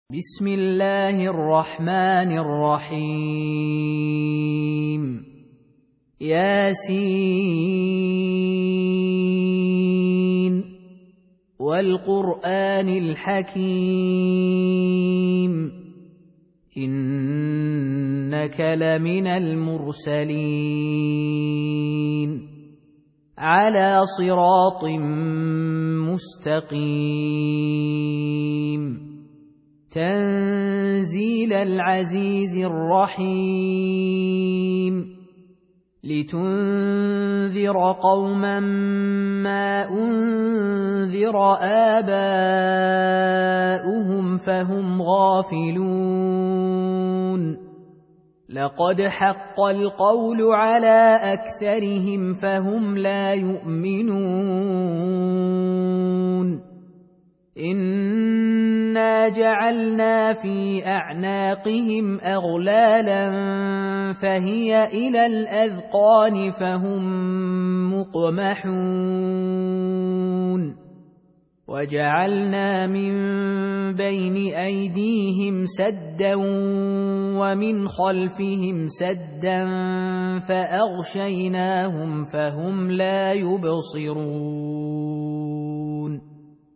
بسم الله الرحمن الرحيم ياسين والقرآن الحكيم إنك لمن المرسلين على صراط مستقيم تنزيل العزيز الرحيم لتنذر قوما ما أنذر آباؤهم فهم غافلون لقد حق القول على أكثرهم فهم لا يؤمنون إنا جعلنا في أعناقهم أغلالا فهي إلى الأذقان فهم مقمحون وجعلنا من بين أيديهم سدا ومن خلفهم سدا فأغشيناهم فهم لا يبصرون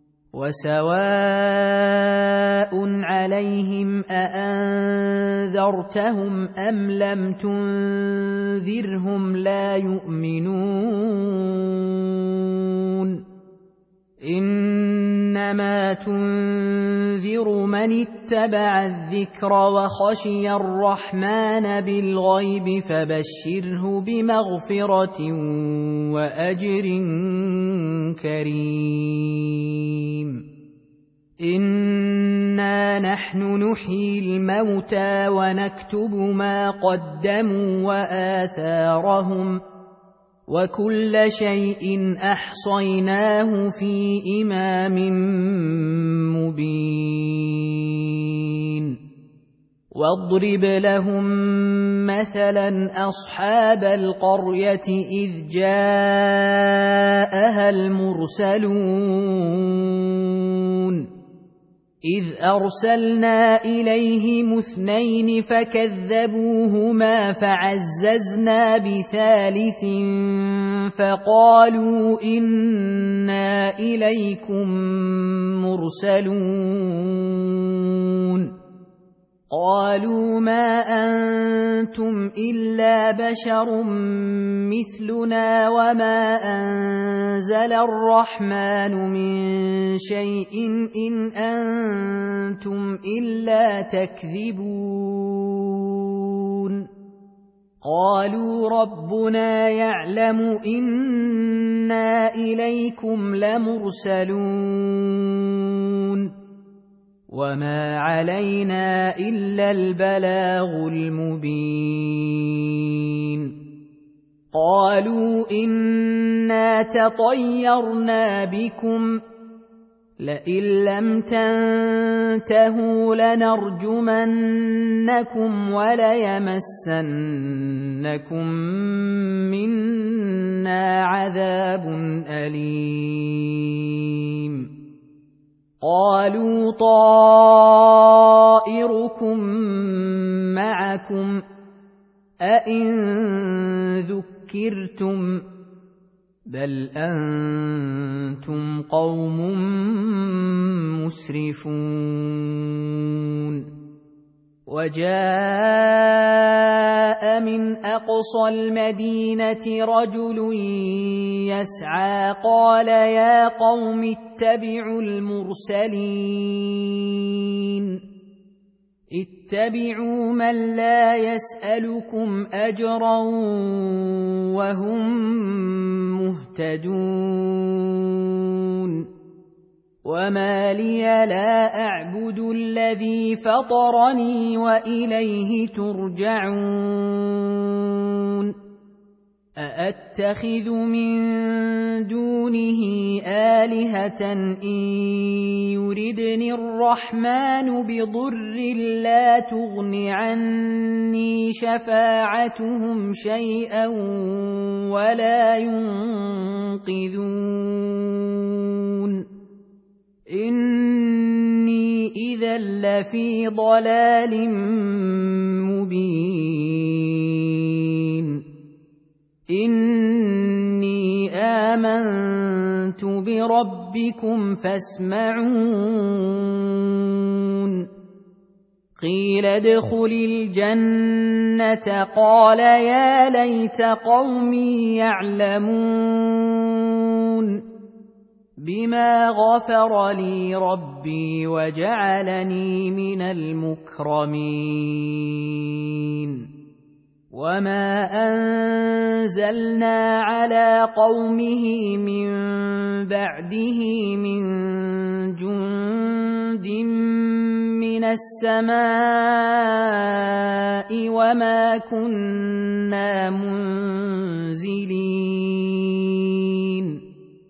وسواء عليهم أأنذرتهم أم لم تنذرهم لا يؤمنون إنما تنذر من اتبع الذكر وخشي الرحمن بالغيب فبشره بمغفرة وأجر كريم إنا نحن نحيي الموتى ونكتب ما قدموا وآثارهم وكل شيء أحصيناه في إمام مبين واضرب لهم مثلا أصحاب القرية إذ جاءها المرسلون إذ أرسلنا إليهم 2 فكذبوهما فعززنا بثالث فقالوا إنا إليكم مرسلون قالوا ما أنتم إلا بشر مثلنا وما أنزل الرحمن من شيء إن أنتم إلا تكذبون قالوا ربنا يعلم إنا إليكم لمرسلون وما علينا إلا البلاغ المبين قالوا إنا تطيرنا بكم لئن لم تنتهوا لنرجمنكم وليمسنكم منا عذاب أليم قالوا طائركم معكم أئن ذكرتم بل أنتم قوم مسرفون وجاء من أقصى المدينة رجل يسعى قال يا قوم اتبعوا المرسلين اتبعوا من لا يسألكم أجرا وهم مهتدون وما لي لا أعبد الذي فطرني وإليه ترجعون أأتخذ من دونه آلهة إن يردني الرحمن بضر لا تغن عني شفاعتهم شيئا ولا ينقذون إني إذا لفي ضلال مبين إني آمنت بربكم فاسمعون قيل ادخل الجنة قال يا ليت قومي يعلمون بما غفر لي ربي وجعلني من المكرمين وما أنزلنا على قومه من بعده من جند من السماء وما كنا منزلين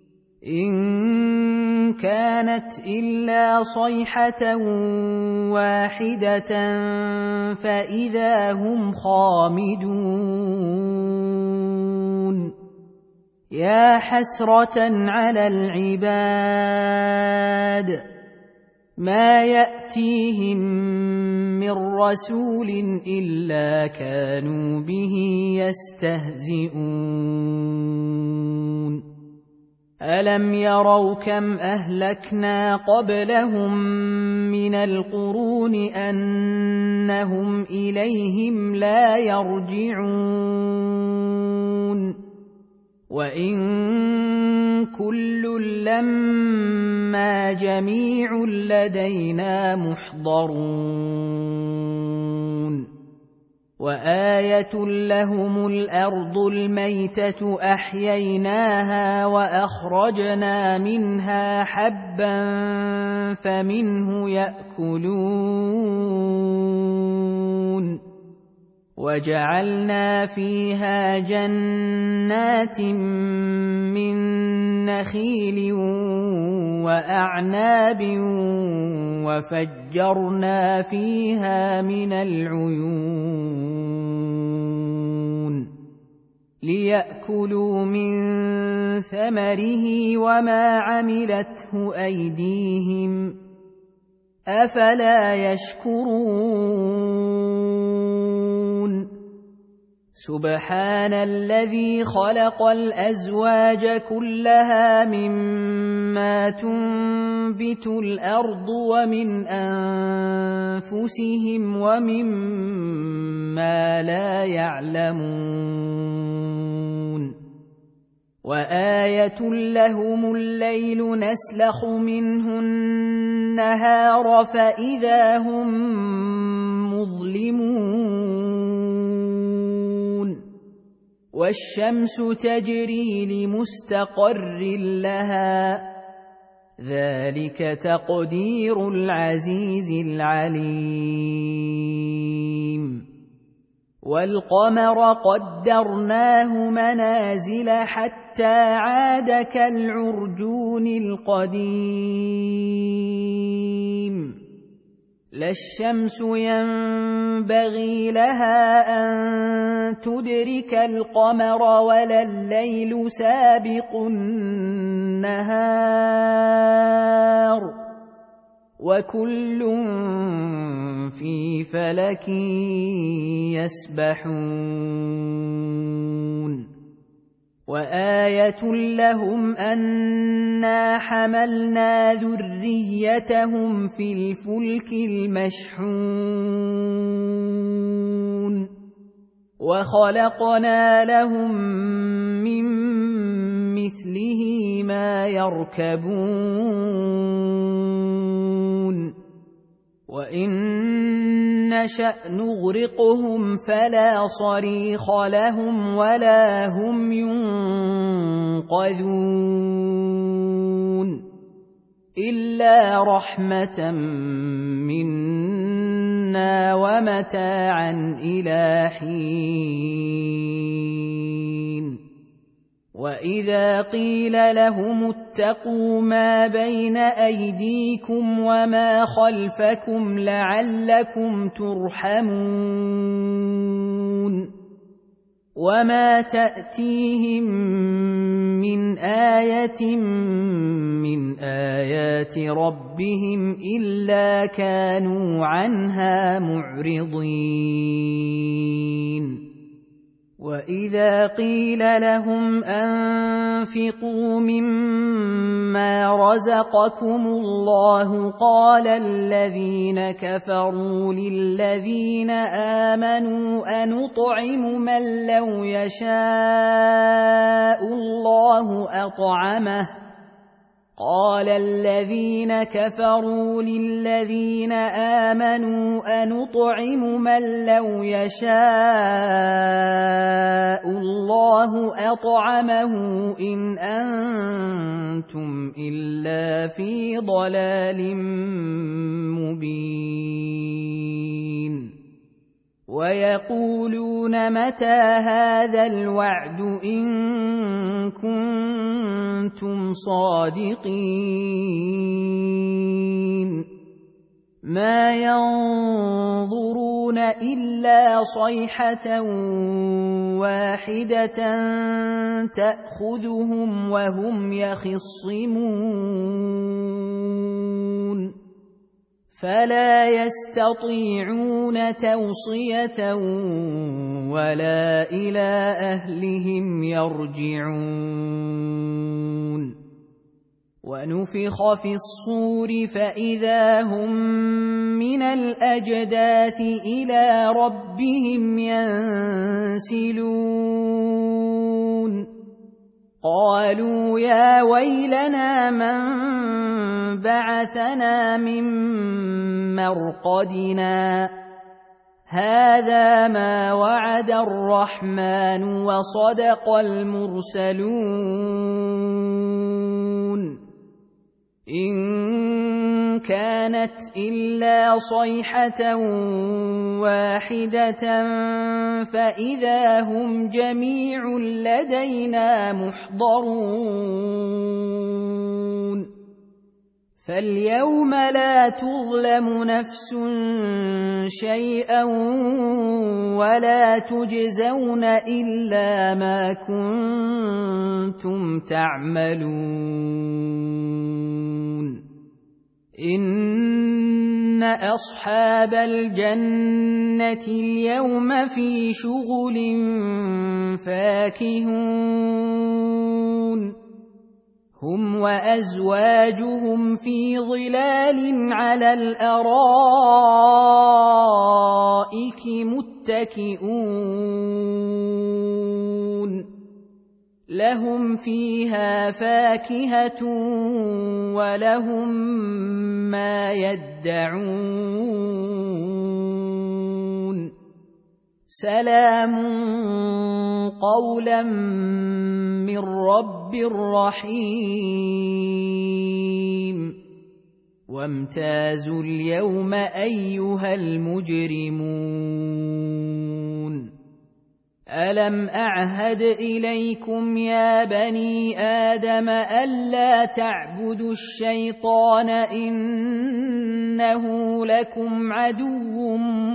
إن كانت إلا صيحة واحدة فإذا هم خامدون يا حسرة على العباد ما يأتيهم من رسول إلا كانوا به يستهزئون ألم يروا كم أهلكنا قبلهم من القرون أنهم إليهم لا يرجعون وإن كل لما جميع لدينا محضرون وآية لهم الأرض الميتة أحييناها وأخرجنا منها حبا فمنه يأكلون وجعلنا فيها جنات من نخيل وأعناب وفجرنا فيها من العيون ليأكلوا من ثمره وما عملته أيديهم أفلا يشكرون سبحان الذي خلق الأزواج كلها مما تنبت الأرض ومن أنفسهم ومما لا يعلمون وآية لهم الليل نسلخ منه النهار فإذا هم مظلمون والشمس تجري لمستقر لها ذلك تقدير العزيز العليم والقمر قدرناه منازل حتى عاد كالعرجون القديم لا الشمس ينبغي لها أن تدرك القمر ولا الليل سابق النهار وكل في فلك يسبحون وآية لهم أنا حملنا ذريتهم في الفلك المشحون وخلقنا لهم من مثله ما يركبون وإن نشأ نغرقهم فلا صريخ لهم ولا هم ينقذون إلا رحمة منا ومتاعا إلى حين وإذا قيل لهم اتقوا ما بين أيديكم وما خلفكم لعلكم ترحمون وما تأتيهم من آية من آيات ربهم إلا كانوا عنها معرضين وإذا قيل لهم أنفقوا مما رزقكم الله قال الذين كفروا للذين آمنوا أنطعم من لو يشاء الله أطعمه قال الذين كفروا للذين آمنوا أنطعم من لو يشاء الله أطعمه إن أنتم إلا في ضلال مبين ويقولون متى هذا الوعد إن كنتم صادقين ما ينظرون إلا صيحة واحدة تأخذهم وهم يخصمون فلا يستطيعون توصية ولا إلى أهلهم يرجعون ونفخ في الصور فإذا هم من الأجداث إلى ربهم ينسلون قالوا يا ويلنا من بعثنا من مرقدنا هذا ما وعد الرحمن وصدق المرسلون إن كانت إلا صيحة واحدة فإذا هم جميع لدينا محضرون فاليوم لا تظلم نفس شيئا ولا تجزون إلا ما كنتم تعملون إن أصحاب الجنة اليوم في شغل فاكهون هم وأزواجهم في ظلال على الأرائك متكئون لهم فيها فاكهة ولهم ما يدعون سلام قولا من رب رحيم وامتازوا اليوم أيها المجرمون ألم أعهد إليكم يا بني آدم ألا تعبدوا الشيطان إنه لكم عدو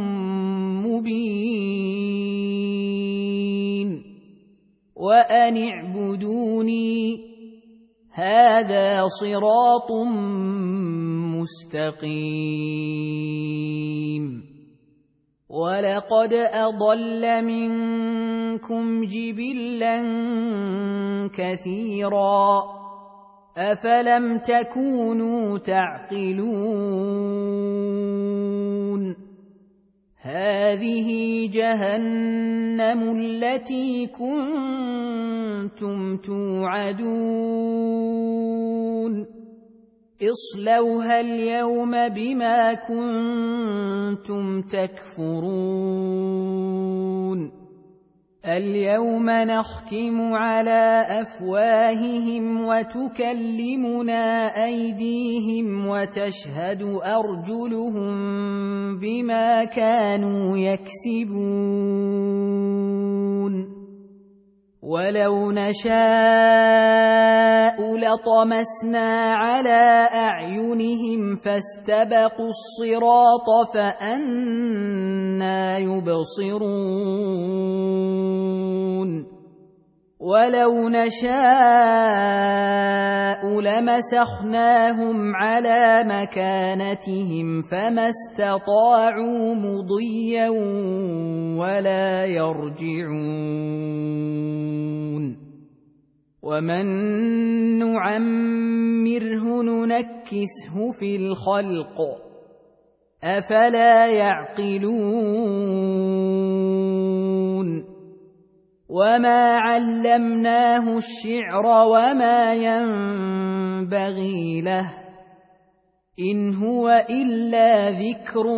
مبين وأن اعبدوني هذا صراط مستقيم ولقد أضل منكم جبلا كثيرا أفلم تكونوا تعقلون هذه جهنم التي كنتم توعدون اصلوها اليوم بما كنتم تكفرون اليوم نختم على أفواههم وتكلمنا أيديهم وتشهد أرجلهم بما كانوا يكسبون ولو نشاء لطمسنا على أعينهم فاستبقوا الصراط فأنى يبصرون ولو نشاء لمسخناهم على مكانتهم فما استطاعوا مضيا ولا يرجعون ومن نعمره ننكسه في الخلق أفلا يعقلون وما علمناه الشعر وما ينبغي له إن هو إلا ذكر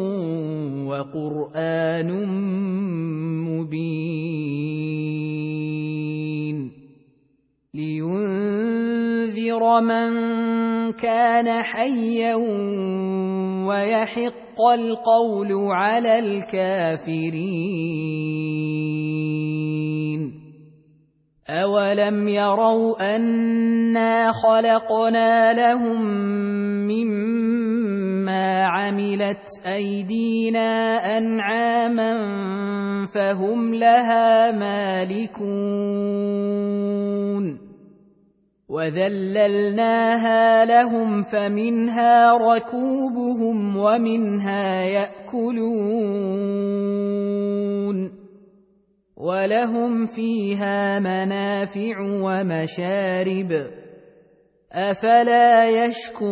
وقرآن مبين لينذر من كان حيا ويحق القول على الكافرين أولم يروا أنا خلقنا لهم مما عملت أيدينا أنعاما فهم لها مالكون وذللناها لهم فمنها ركوبهم ومنها يأكلون ولهم فيها منافع ومشارب أفلا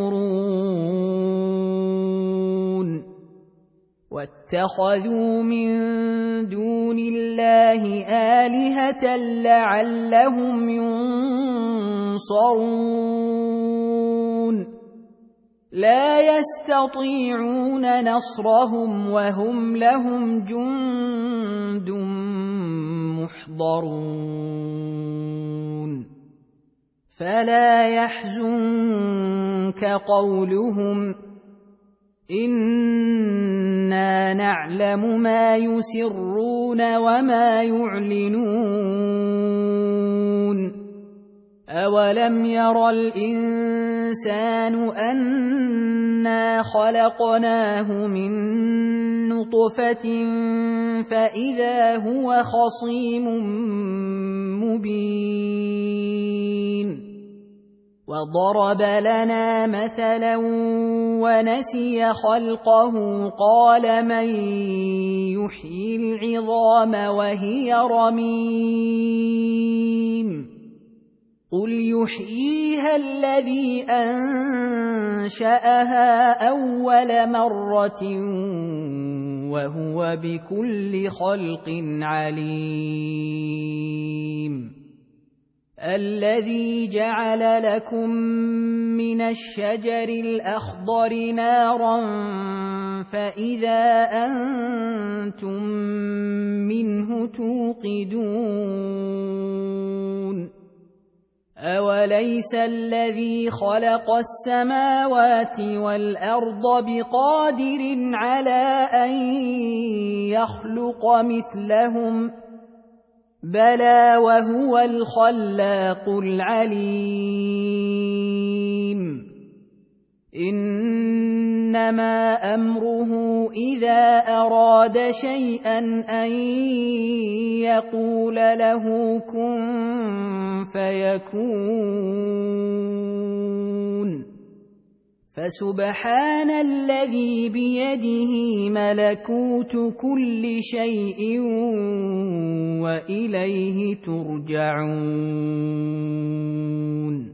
يشكرون واتخذوا من دون الله آلهة لعلهم ينصرون لا يستطيعون نصرهم وهم لهم جند محضرون فلا يحزنك قولهم إنا نعلم ما يسرون وما يعلنون أولم ير الإنسان أنا خلقناه من نطفة فإذا هو خصيم مبين وضرب لنا مثلا ونسي خلقه قال من يحيي العظام وهي رميم قل يحييها الذي أنشأها أول مرة وهو بكل خلق عليم الذي جعل لكم من الشجر الأخضر نارا فإذا أنتم منه توقدون أوليس الذي خلق السماوات والأرض بقادر على أن يخلق مثلهم بلى وهو الخلاق العليم إنما أمره إذا أراد شيئا أن يقول له كن فيكون فسبحان الذي بيده ملكوت كل شيء وإليه ترجعون